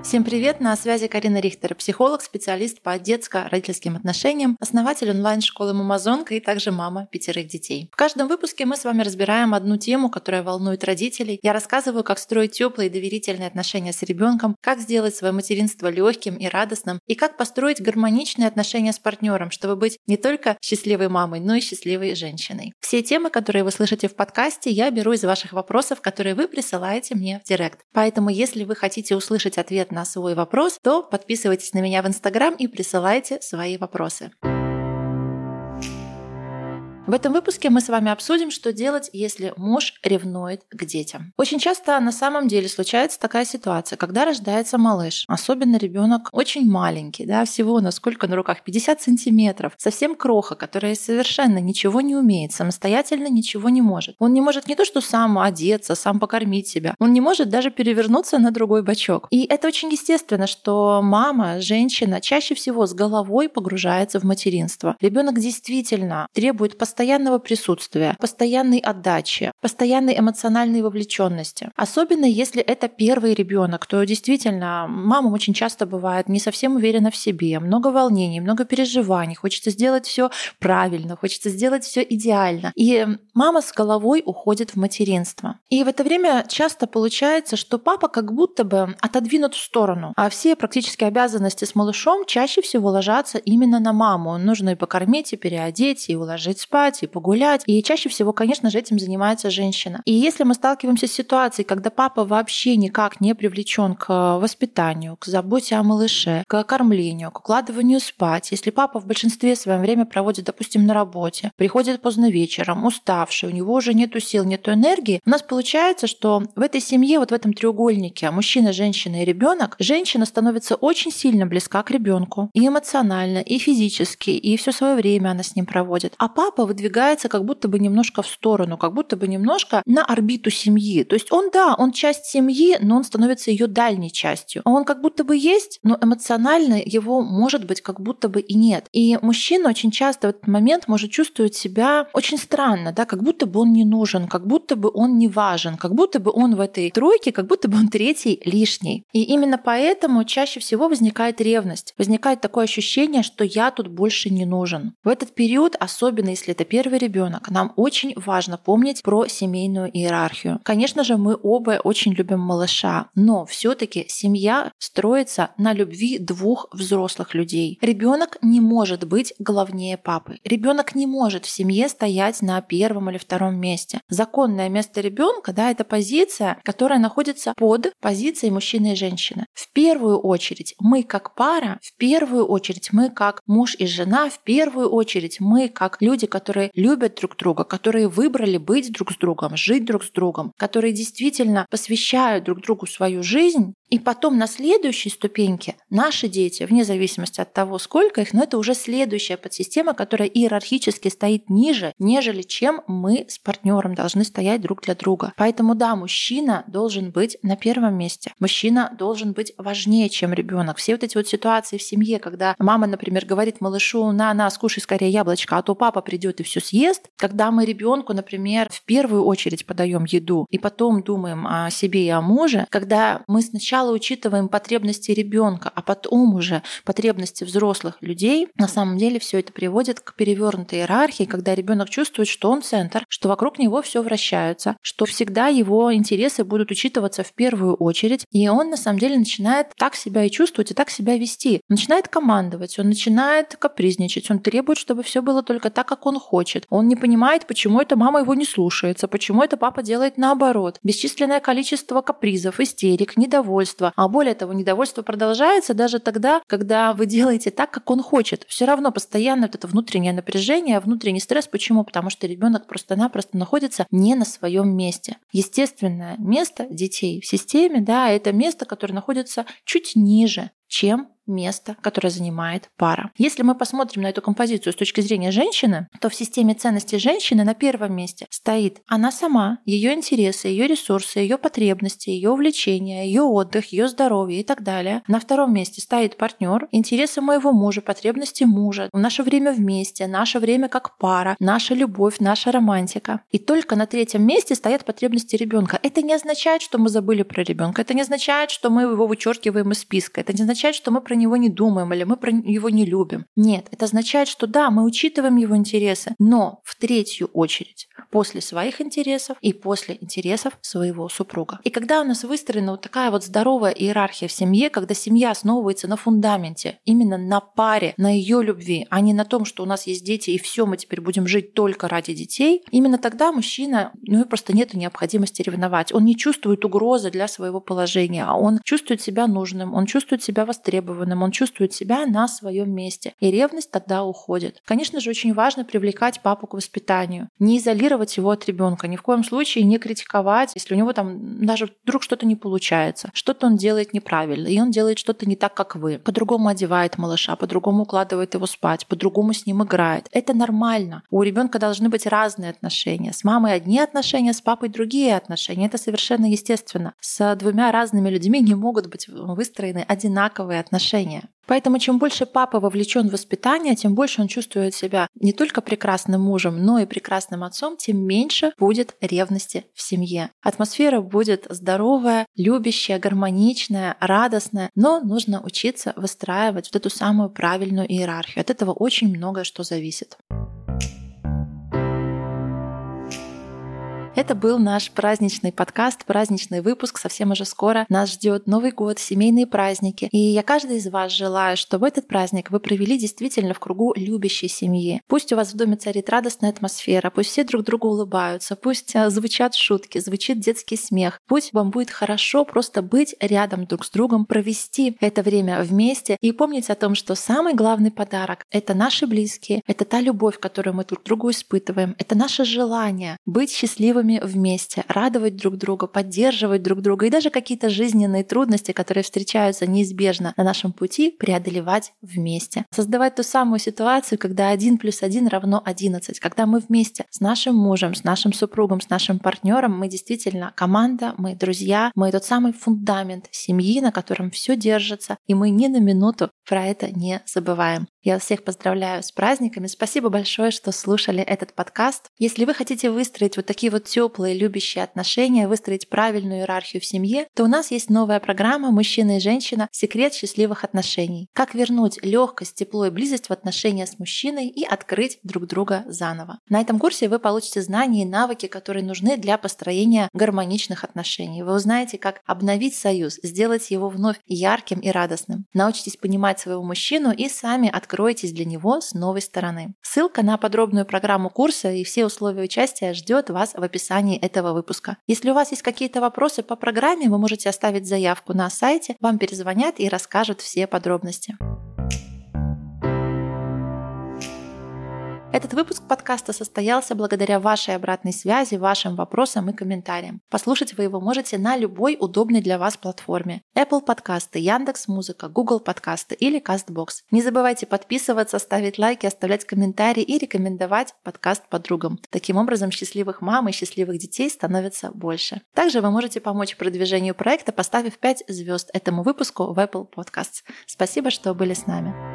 Всем привет! На связи Карина Рихтер, психолог, специалист по детско-родительским отношениям, основатель онлайн-школы «Мамазонка» и также мама 5 детей. В каждом выпуске мы с вами разбираем одну тему, которая волнует родителей. Я рассказываю, как строить теплые и доверительные отношения с ребенком, как сделать свое материнство легким и радостным, и как построить гармоничные отношения с партнером, чтобы быть не только счастливой мамой, но и счастливой женщиной. Все темы, которые вы слышите в подкасте, я беру из ваших вопросов, которые вы присылаете мне в директ. Поэтому, если вы хотите услышать ответ на свой вопрос, то подписывайтесь на меня в Инстаграм и присылайте свои вопросы. В этом выпуске мы с вами обсудим, что делать, если муж ревнует к детям. Очень часто на самом деле случается такая ситуация, когда рождается малыш, особенно ребенок очень маленький, всего на руках 50 сантиметров, совсем кроха, которая совершенно ничего не умеет, самостоятельно ничего не может. Он не может не то что сам одеться, сам покормить себя, он не может даже перевернуться на другой бочок. И это очень естественно, что мама, женщина чаще всего с головой погружается в материнство. Ребенок действительно требует постоянного присутствия, постоянной отдачи, постоянной эмоциональной вовлеченности. Особенно если это первый ребенок, то действительно мамам очень часто бывает не совсем уверена в себе, много волнений, много переживаний, хочется сделать все правильно, хочется сделать все идеально. И мама с головой уходит в материнство. И в это время часто получается, что папа как будто бы отодвинут в сторону, а все практически обязанности с малышом чаще всего ложатся именно на маму. Нужно и покормить, и переодеть, и уложить спать, и погулять. И чаще всего, конечно же, этим занимается женщина. И если мы сталкиваемся с ситуацией, когда папа вообще никак не привлечен к воспитанию, к заботе о малыше, к кормлению, к укладыванию спать, если папа в большинстве своем время проводит, допустим, на работе, приходит поздно вечером, уставший, у него уже нету сил, нету энергии, у нас получается, что в этой семье, вот в этом треугольнике мужчина, женщина и ребенок, женщина становится очень сильно близка к ребенку и эмоционально, и физически, и все свое время она с ним проводит. А папа выдвигается как будто бы немножко в сторону, как будто бы немножко на орбиту семьи. То есть он часть семьи, но он становится ее дальней частью. А он как будто бы есть, но эмоционально его может быть как будто бы и нет. И мужчина очень часто в этот момент может чувствовать себя очень странно, как будто бы он не нужен, как будто бы он не важен, как будто бы он в этой тройке, как будто бы он третий лишний. И именно поэтому чаще всего возникает ревность, возникает такое ощущение, что я тут больше не нужен. В этот период, особенно если это первый ребенок, нам очень важно помнить про семейную иерархию. Конечно же, мы оба очень любим малыша, но все-таки семья строится на любви двух взрослых людей. Ребенок не может быть главнее папы. Ребенок не может в семье стоять на первом или втором месте. Законное место ребенка, это позиция, которая находится под позицией мужчины и женщины. В первую очередь мы как пара, в первую очередь мы как муж и жена, в первую очередь мы как люди, которые любят друг друга, которые выбрали быть друг с другом, жить друг с другом, которые действительно посвящают друг другу свою жизнь. И потом на следующей ступеньке наши дети, вне зависимости от того, сколько их, но это уже следующая подсистема, которая иерархически стоит ниже, нежели чем мы с партнером должны стоять друг для друга. Поэтому мужчина должен быть на первом месте. Мужчина должен быть важнее, чем ребенок. Все вот эти ситуации в семье, когда мама, например, говорит малышу: на, скушай скорее яблочко, а то папа придет и все съест. Когда мы ребенку, например, в первую очередь подаем еду и потом думаем о себе и о муже, когда мы сначала учитываем потребности ребенка, а потом уже потребности взрослых людей, на самом деле все это приводит к перевернутой иерархии, когда ребенок чувствует, что он центр, что вокруг него все вращается, что всегда его интересы будут учитываться в первую очередь, и он на самом деле начинает так себя и чувствовать, и так себя вести. Он начинает командовать, он начинает капризничать, он требует, чтобы все было только так, как он хочет. Он не понимает, почему эта мама его не слушается, почему это папа делает наоборот. Бесчисленное количество капризов, истерик, недовольства. А более того, недовольство продолжается даже тогда, когда вы делаете так, как он хочет. Все равно постоянно вот это внутреннее напряжение, внутренний стресс. Почему? Потому что ребенок просто-напросто находится не на своем месте. Естественное место детей в системе, это место, которое находится чуть ниже. чем место, которое занимает пара. Если мы посмотрим на эту композицию с точки зрения женщины, то в системе ценностей женщины на первом месте стоит она сама, ее интересы, ее ресурсы, ее потребности, ее увлечения, ее отдых, ее здоровье и так далее. На втором месте стоит партнер, интересы моего мужа, потребности мужа, наше время вместе, наше время как пара, наша любовь, наша романтика. И только на третьем месте стоят потребности ребенка. Это не означает, что мы забыли про ребенка. Это не означает, что мы его вычеркиваем из списка. Это не означает, что мы про него не думаем или мы про его не любим. Нет, это означает, что да, мы учитываем его интересы, но в третью очередь, после своих интересов и после интересов своего супруга. И когда у нас выстроена вот такая вот здоровая иерархия в семье, когда семья основывается на фундаменте, именно на паре, на ее любви, а не на том, что у нас есть дети и все, мы теперь будем жить только ради детей, именно тогда мужчина, просто нет необходимости ревновать. Он не чувствует угрозы для своего положения, а он чувствует себя нужным, он чувствует себя востребованным, он чувствует себя на своем месте. И ревность тогда уходит. Конечно же, очень важно привлекать папу к воспитанию, не изолировать его от ребенка, ни в коем случае не критиковать, если у него там даже вдруг что-то не получается, что-то он делает неправильно, и он делает что-то не так, как вы. По-другому одевает малыша, по-другому укладывает его спать, по-другому с ним играет. Это нормально. У ребенка должны быть разные отношения. С мамой одни отношения, с папой другие отношения. Это совершенно естественно. С двумя разными людьми не могут быть выстроены одинаковые отношения. Поэтому чем больше папа вовлечен в воспитание, тем больше он чувствует себя не только прекрасным мужем, но и прекрасным отцом, тем меньше будет ревности в семье. Атмосфера будет здоровая, любящая, гармоничная, радостная, но нужно учиться выстраивать вот эту самую правильную иерархию. От этого очень многое что зависит. Это был наш праздничный подкаст, праздничный выпуск. Совсем уже скоро нас ждет Новый год, семейные праздники. И я каждой из вас желаю, чтобы этот праздник вы провели действительно в кругу любящей семьи. Пусть у вас в доме царит радостная атмосфера, пусть все друг другу улыбаются, пусть звучат шутки, звучит детский смех. Пусть вам будет хорошо просто быть рядом друг с другом, провести это время вместе и помнить о том, что самый главный подарок — это наши близкие, это та любовь, которую мы друг другу испытываем, это наше желание быть счастливыми вместе, радовать друг друга, поддерживать друг друга и даже какие-то жизненные трудности, которые встречаются неизбежно на нашем пути, преодолевать вместе. Создавать ту самую ситуацию, когда 1 + 1 = 11, когда мы вместе с нашим мужем, с нашим супругом, с нашим партнером, мы действительно команда, мы друзья, мы тот самый фундамент семьи, на котором все держится, и мы ни на минуту про это не забываем. Я вас всех поздравляю с праздниками. Спасибо большое, что слушали этот подкаст. Если вы хотите выстроить вот такие вот теплые, любящие отношения, выстроить правильную иерархию в семье, то у нас есть новая программа «Мужчина и женщина. Секрет счастливых отношений». Как вернуть легкость, тепло и близость в отношения с мужчиной и открыть друг друга заново. На этом курсе вы получите знания и навыки, которые нужны для построения гармоничных отношений. Вы узнаете, как обновить союз, сделать его вновь ярким и радостным. Научитесь понимать своего мужчину и сами откроетесь для него с новой стороны. Ссылка на подробную программу курса и все условия участия ждет вас в описании этого выпуска. Если у вас есть какие-то вопросы по программе, вы можете оставить заявку на сайте, вам перезвонят и расскажут все подробности. Этот выпуск подкаста состоялся благодаря вашей обратной связи, вашим вопросам и комментариям. Послушать вы его можете на любой удобной для вас платформе: Apple подкасты, Яндекс.Музыка, Google подкасты или CastBox. Не забывайте подписываться, ставить лайки, оставлять комментарии и рекомендовать подкаст подругам. Таким образом, счастливых мам и счастливых детей становится больше. Также вы можете помочь продвижению проекта, поставив 5 звезд этому выпуску в Apple Podcasts. Спасибо, что были с нами.